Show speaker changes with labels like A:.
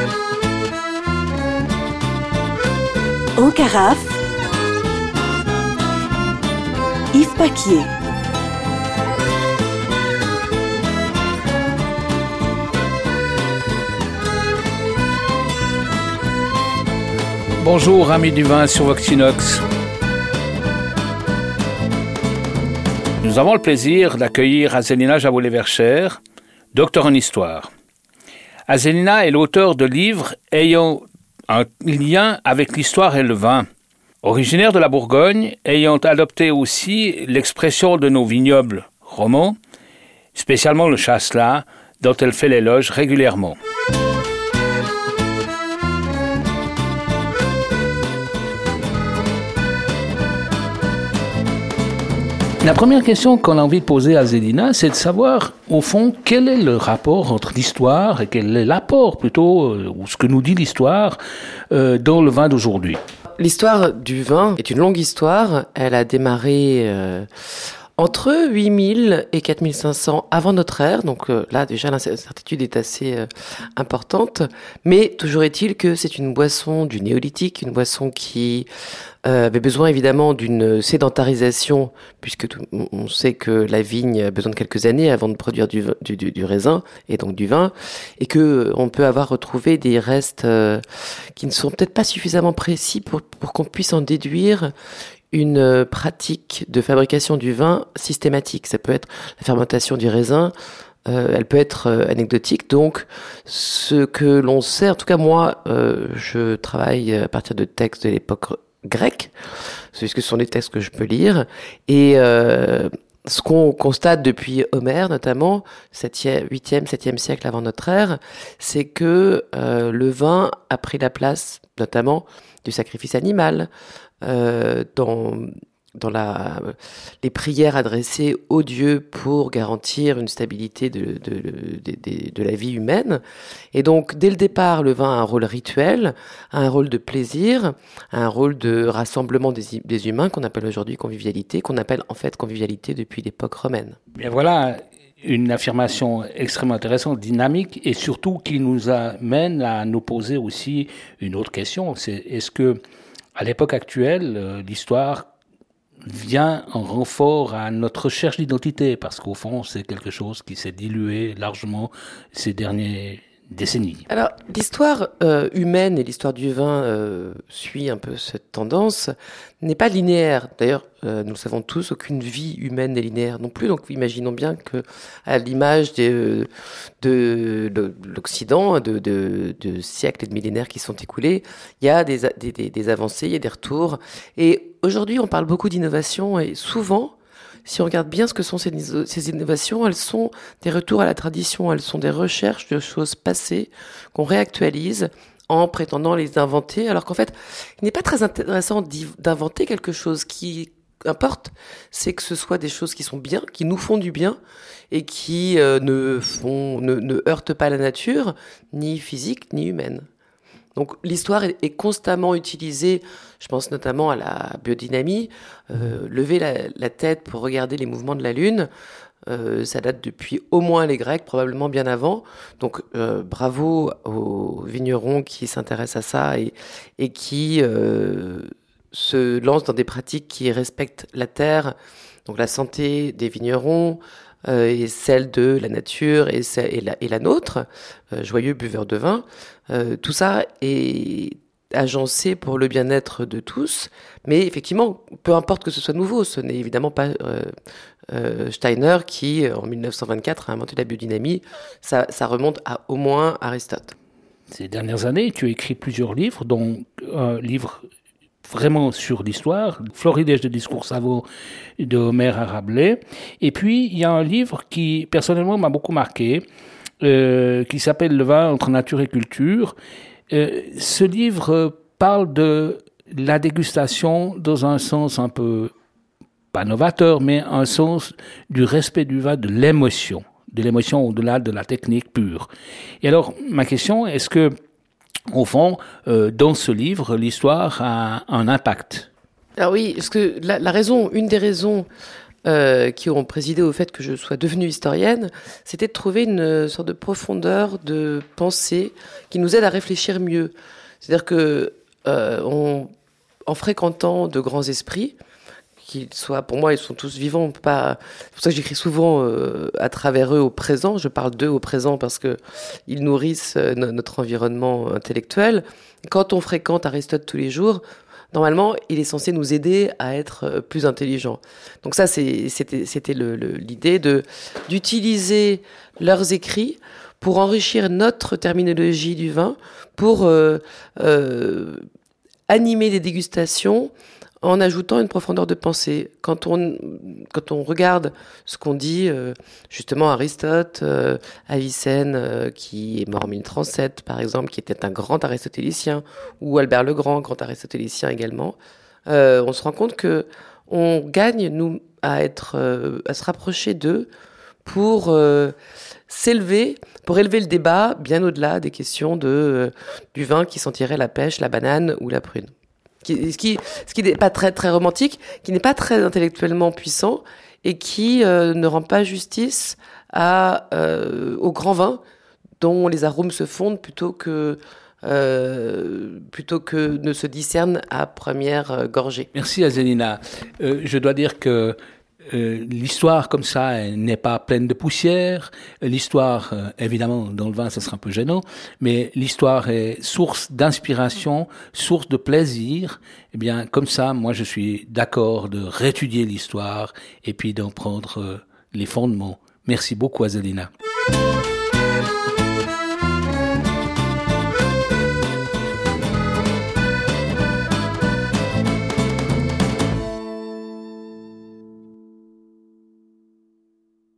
A: En carafe, Yves Paquier.
B: Bonjour amis du vin sur Voxinox. Nous avons le plaisir d'accueillir Azelina Javollet-Verscher, docteur en histoire. Azelina est l'auteur de livres ayant un lien avec l'histoire et le vin. Originaire de la Bourgogne, ayant adopté aussi l'expression de nos vignobles romans, spécialement le chasselas, dont elle fait l'éloge régulièrement. La première question qu'on a envie de poser à Azelina, c'est de savoir, au fond, quel est le rapport entre l'histoire et quel est l'apport, plutôt, ou ce que nous dit l'histoire, dans le vin d'aujourd'hui.
C: L'histoire du vin est une longue histoire. Elle a démarré entre 8000 et 4500 avant notre ère. Donc là, déjà, l'incertitude est assez importante. Mais toujours est-il que c'est une boisson du néolithique, une boisson qui avait besoin évidemment d'une sédentarisation, puisque on sait que la vigne a besoin de quelques années avant de produire du raisin et donc du vin, et que on peut avoir retrouvé des restes qui ne sont peut-être pas suffisamment précis pour qu'on puisse en déduire une pratique de fabrication du vin systématique. Ça peut être la fermentation du raisin, elle peut être anecdotique. Donc, ce que l'on sait, en tout cas moi, je travaille à partir de textes de l'époque grecque, puisque ce sont des textes que je peux lire, et ce qu'on constate depuis Homère, notamment, 8e, 7e siècle avant notre ère, c'est que le vin a pris la place, notamment, du sacrifice animal, dans les prières adressées aux dieux pour garantir une stabilité de la vie humaine. Et donc, dès le départ, le vin a un rôle rituel, a un rôle de plaisir, a un rôle de rassemblement des humains, qu'on appelle aujourd'hui convivialité, qu'on appelle en fait convivialité depuis l'époque romaine.
B: Bien voilà une affirmation extrêmement intéressante, dynamique, et surtout qui nous amène à nous poser aussi une autre question. C'est est-ce que à l'époque actuelle, l'histoire vient en renfort à notre recherche d'identité, parce qu'au fond, c'est quelque chose qui s'est dilué largement ces dernières décennies.
C: Alors, l'histoire humaine et l'histoire du vin suit un peu cette tendance, n'est pas linéaire. D'ailleurs, nous le savons tous, aucune vie humaine n'est linéaire non plus. Donc, imaginons bien que, à l'image de l'Occident, de siècles et de millénaires qui sont écoulés, il y a des avancées, il y a des retours. Et aujourd'hui, on parle beaucoup d'innovation et souvent, si on regarde bien ce que sont ces innovations, elles sont des retours à la tradition, elles sont des recherches de choses passées qu'on réactualise en prétendant les inventer, alors qu'en fait, il n'est pas très intéressant d'inventer quelque chose. Qui importe, c'est que ce soit des choses qui sont bien, qui nous font du bien, et qui ne heurtent pas la nature, ni physique, ni humaine. Donc l'histoire est constamment utilisée, je pense notamment à la biodynamie, lever la tête pour regarder les mouvements de la Lune, ça date depuis au moins les Grecs, probablement bien avant. Donc bravo aux vignerons qui s'intéressent à ça et qui se lancent dans des pratiques qui respectent la terre, donc la santé des vignerons, et celle de la nature et la nôtre, joyeux buveurs de vin. Tout ça est agencé pour le bien-être de tous, mais effectivement, peu importe que ce soit nouveau, ce n'est évidemment pas Steiner qui, en 1924, a inventé la biodynamie. Ça remonte à au moins Aristote.
B: Ces dernières années, tu as écrit plusieurs livres, dont un livre vraiment sur l'histoire, Florilège de discours savants de Homère à Rabelais. Et puis, il y a un livre qui, personnellement, m'a beaucoup marqué, qui s'appelle Le vin entre nature et culture. Ce livre parle de la dégustation dans un sens un peu, pas novateur, mais un sens du respect du vin, de l'émotion au-delà de la technique pure. Et alors, ma question, est-ce que au fond, dans ce livre, l'histoire a un impact?
C: Alors oui, parce que une des raisons qui ont présidé au fait que je sois devenue historienne, c'était de trouver une sorte de profondeur de pensée qui nous aide à réfléchir mieux. C'est-à-dire que en fréquentant de grands esprits, qu'ils soient, pour moi, ils sont tous vivants. On peut pas. C'est pour ça que j'écris souvent à travers eux au présent. Je parle d'eux au présent parce que ils nourrissent notre environnement intellectuel. Quand on fréquente Aristote tous les jours, normalement, il est censé nous aider à être plus intelligents. Donc ça, c'était l'idée d'utiliser leurs écrits pour enrichir notre terminologie du vin, pour animer des dégustations en ajoutant une profondeur de pensée. Quand on regarde ce qu'on dit, justement Aristote, Avicenne, qui est mort en 1037 par exemple, qui était un grand aristotélicien, ou Albert le Grand, grand aristotélicien également, on se rend compte que on gagne, nous, à se rapprocher d'eux pour élever le débat bien au-delà des questions du vin qui sentirait la pêche, la banane ou la prune. Ce qui n'est pas très, très romantique, qui n'est pas très intellectuellement puissant et qui ne rend pas justice au grand vin dont les arômes se fondent plutôt que ne se discernent à première gorgée.
B: Merci Azelina. Je dois dire que l'histoire comme ça elle n'est pas pleine de poussière. L'histoire, évidemment, dans le vin, ça sera un peu gênant, mais l'histoire est source d'inspiration, source de plaisir. Eh bien, comme ça, moi, je suis d'accord de réétudier l'histoire et puis d'en prendre les fondements. Merci beaucoup, Azelina.